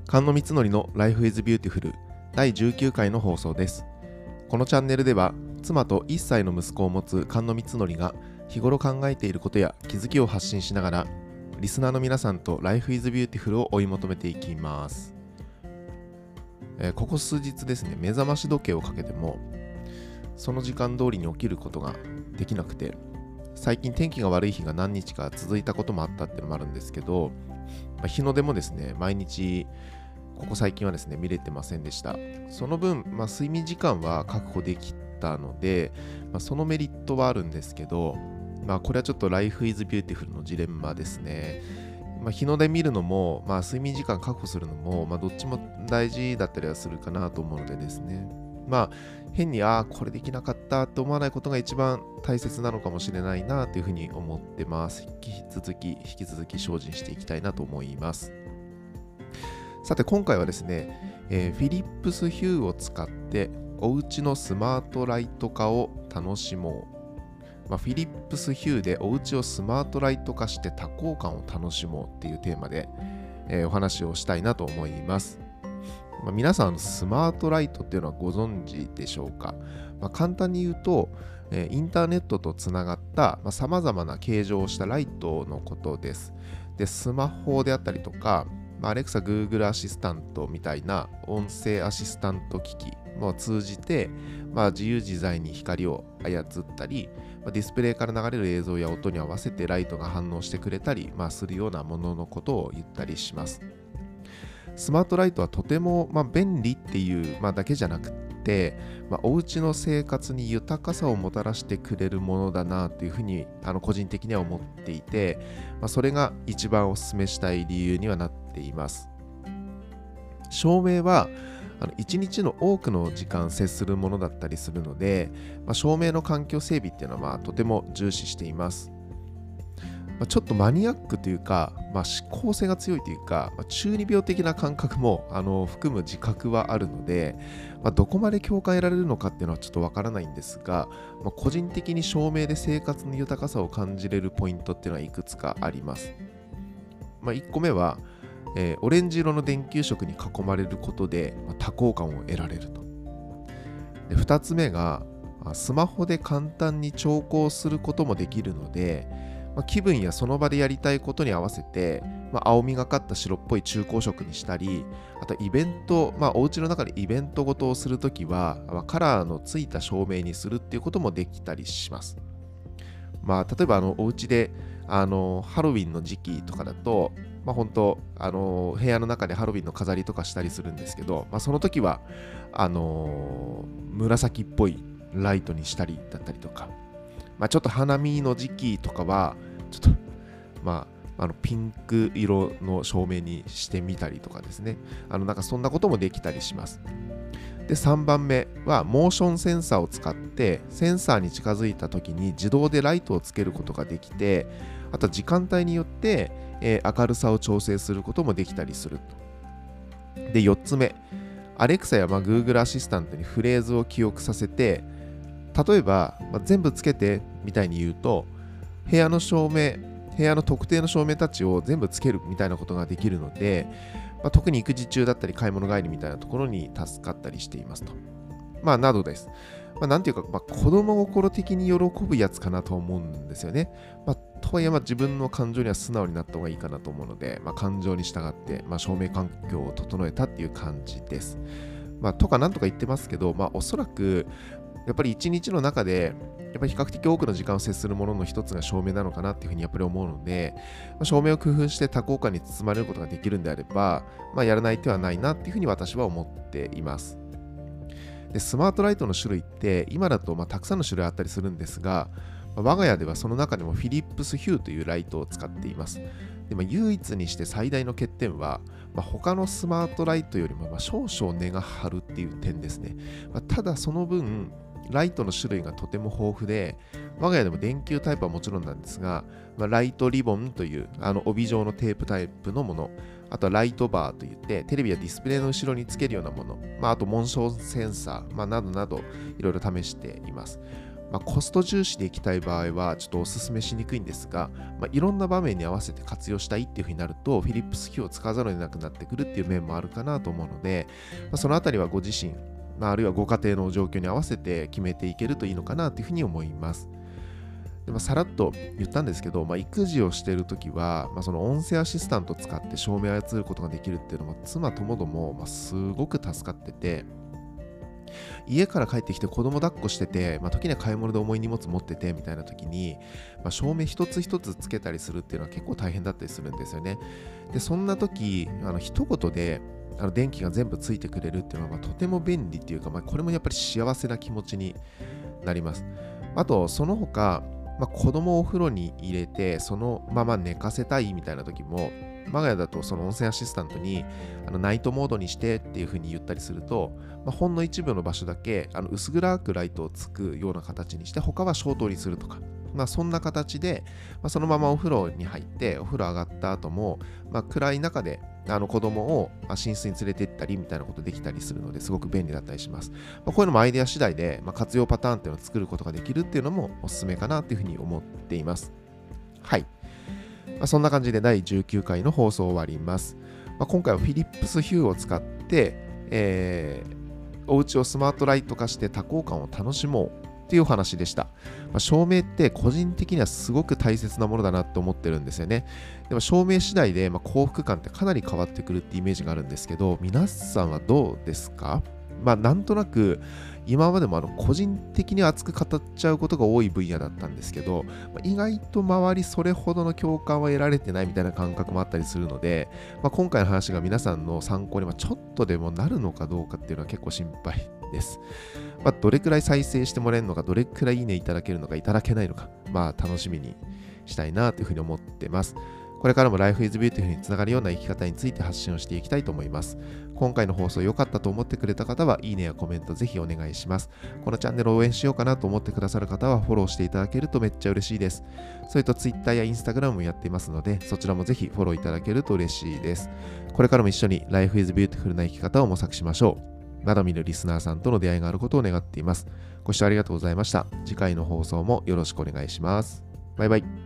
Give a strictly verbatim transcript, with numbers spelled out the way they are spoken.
菅野光則の Life is Beautiful だいじゅうきゅうかいの放送です。このチャンネルでは妻といっさいの息子を持つ菅野光則が日頃考えていることや気づきを発信しながらリスナーの皆さんと Life is Beautiful を追い求めていきます。えー、ここ数日ですね、目覚まし時計をかけてもその時間通りに起きることができなくて、最近天気が悪い日が何日か続いたこともあったっていうのもあるんですけど、まあ、日の出もですね、毎日ここ最近はですね見れてませんでした。その分、まあ、睡眠時間は確保できたので、まあ、そのメリットはあるんですけど、まあ、これはちょっと Life is Beautiful のジレンマですね。まあ、日の出見るのも、まあ、睡眠時間確保するのも、まあ、どっちも大事だったりはするかなと思うのでですね、まあ変にああこれできなかったと思わないことが一番大切なのかもしれないなというふうに思ってます。引き続き引き続き精進していきたいなと思います。さて今回はですね、えー、フィリップスヒューを使っておうちのスマートライト化を楽しもう、まあ、フィリップスヒューでおうちをスマートライト化して多幸感を楽しもうっていうテーマで、えー、お話をしたいなと思います。まあ、皆さんスマートライトっていうのはご存知でしょうか。まあ、簡単に言うと、えー、インターネットとつながったさまざ、まな形状をしたライトのことです。で、スマホであったりとか、まあ、Alexa、Google アシスタントみたいな音声アシスタント機器を通じて、まあ、自由自在に光を操ったり、まあ、ディスプレイから流れる映像や音に合わせてライトが反応してくれたり、まあ、するようなもののことを言ったりします。スマートライトはとても、まあ、便利っていう、まあ、だけじゃなくて、まあ、お家の生活に豊かさをもたらしてくれるものだなというふうにあの個人的には思っていて、まあ、それが一番お勧めしたい理由にはなっています。照明はあのいちにちの多くの時間接するものだったりするので、まあ、照明の環境整備っていうのはまあとても重視しています。まあ、ちょっとマニアックというか、まあ、思考性が強いというか、まあ、中二病的な感覚もあの含む自覚はあるので、まあ、どこまで共感得られるのかっていうのはちょっとわからないんですが、まあ、個人的に照明で生活の豊かさを感じれるポイントっていうのはいくつかあります。まあ、いっこめは、えー、オレンジ色の電球色に囲まれることで、まあ、多幸感を得られると。で、ふたつめがスマホで簡単に調光することもできるので、まあ、気分やその場でやりたいことに合わせて、まあ、青みがかった白っぽい中光色にしたり、あとイベント、まあ、お家の中でイベントごとをするときは、まあ、カラーのついた照明にするっていうこともできたりします。まあ、例えばあのお家であのハロウィンの時期とかだと、まあ、本当あの部屋の中でハロウィンの飾りとかしたりするんですけど、まあ、その時はあの紫っぽいライトにしたりだったりとか、まあ、ちょっと花見の時期とかはちょっとまああのピンク色の照明にしてみたりとかですね、あのなんかそんなこともできたりします。で、さんばんめはモーションセンサーを使ってセンサーに近づいた時に自動でライトをつけることができて、あと時間帯によって、えー、明るさを調整することもできたりすると。で、よっつめ、Alexa や、まあ、Google アシスタントにフレーズを記憶させて、例えば、まあ、全部つけてみたいに言うと、部屋の照明、部屋の特定の照明たちを全部つけるみたいなことができるので、まあ、特に育児中だったり買い物帰りみたいなところに助かったりしていますと。まあ、などです。まあ、なんていうか、まあ、子供心的に喜ぶやつかなと思うんですよね。まあ、とはいえ、まあ、自分の感情には素直になった方がいいかなと思うので、まあ、感情に従って、まあ、照明環境を整えたっていう感じです。まあ、とかなんとか言ってますけど、まあ、おそらく、やっぱり一日の中で、やっぱり比較的多くの時間を接するものの一つが照明なのかなっていうふうにやっぱり思うので、まあ、照明を工夫して多幸感に包まれることができるんであれば、まあ、やらない手はないなっていうふうに私は思っています。で、スマートライトの種類って今だとまあたくさんの種類あったりするんですが、まあ、我が家ではその中でもフィリップスヒューというライトを使っています。で、まあ、唯一にして最大の欠点は、まあ、他のスマートライトよりもまあ少々値が張るっていう点ですね。まあ、ただその分、ライトの種類がとても豊富で、我が家でも電球タイプはもちろんなんですが、まあ、ライトリボンというあの帯状のテープタイプのもの、あとはライトバーといってテレビやディスプレイの後ろにつけるようなもの、まあ、あとモーションセンサー、まあ、などなどいろいろ試しています。 まあ、コスト重視でいきたい場合はちょっとお勧めしにくいんですが、まあ、いろんな場面に合わせて活用したいっていうふうになると、フィリップスヒューを使わざるを得なくなってくるっていう面もあるかなと思うので、まあ、そのあたりはご自身、まあ、あるいはご家庭の状況に合わせて決めていけるといいのかなというふうに思います。でまあ、さらっと言ったんですけど、まあ、育児をしているときは、まあ、その音声アシスタントを使って照明を操ることができるっていうのも、妻ともども、まあ、すごく助かってて、家から帰ってきて子供抱っこしてて、まあ、時には買い物で重い荷物持っててみたいな時に、まあ、照明一つ一つつけたりするっていうのは結構大変だったりするんですよね。で、そんな時、あの一言であの電気が全部ついてくれるっていうのは、まあ、とても便利っていうか、まあ、これもやっぱり幸せな気持ちになります。あと、その他、まあ、子供をお風呂に入れて、そのまま寝かせたいみたいな時も、我が家だとその音声アシスタントにあのナイトモードにしてっていう風に言ったりすると、まあ、ほんの一部の場所だけあの薄暗くライトをつくような形にして、他は消灯にするとか、まあ、そんな形で、まあ、そのままお風呂に入って、お風呂上がった後も、まあ、暗い中であの子供を寝室に連れて行ったりみたいなことできたりするので、すごく便利だったりします。まあ、こういうのもアイデア次第で、まあ、活用パターンっていうのを作ることができるっていうのもおすすめかなというふうに思っています。はい。まあ、そんな感じでだいじゅうきゅうかいの放送終わります。まあ、今回はフィリップスヒューを使って、えー、お家をスマートライト化して多幸感を楽しもうっていうお話でした。まあ、照明って個人的にはすごく大切なものだなと思ってるんですよね。でも照明次第で、まあ、幸福感ってかなり変わってくるってイメージがあるんですけど、皆さんはどうですか？まあ、なんとなく今までもあの個人的に熱く語っちゃうことが多い分野だったんですけど、まあ、意外と周りそれほどの共感は得られてないみたいな感覚もあったりするので、まあ、今回の話が皆さんの参考にちょっとでもなるのかどうかっていうのは結構心配です。まあ、どれくらい再生してもらえるのか、どれくらいいいねいただけるのかいただけないのか、まあ楽しみにしたいなというふうに思ってます。これからも Life is Beautiful につながるような生き方について発信をしていきたいと思います。今回の放送良かったと思ってくれた方は、いいねやコメントぜひお願いします。このチャンネルを応援しようかなと思ってくださる方は、フォローしていただけるとめっちゃ嬉しいです。それと Twitter や Instagram もやっていますので、そちらもぜひフォローいただけると嬉しいです。これからも一緒に Life is Beautiful な生き方を模索しましょう。まだ見ぬリスナーさんとの出会いがあることを願っています。ご視聴ありがとうございました。次回の放送もよろしくお願いします。バイバイ。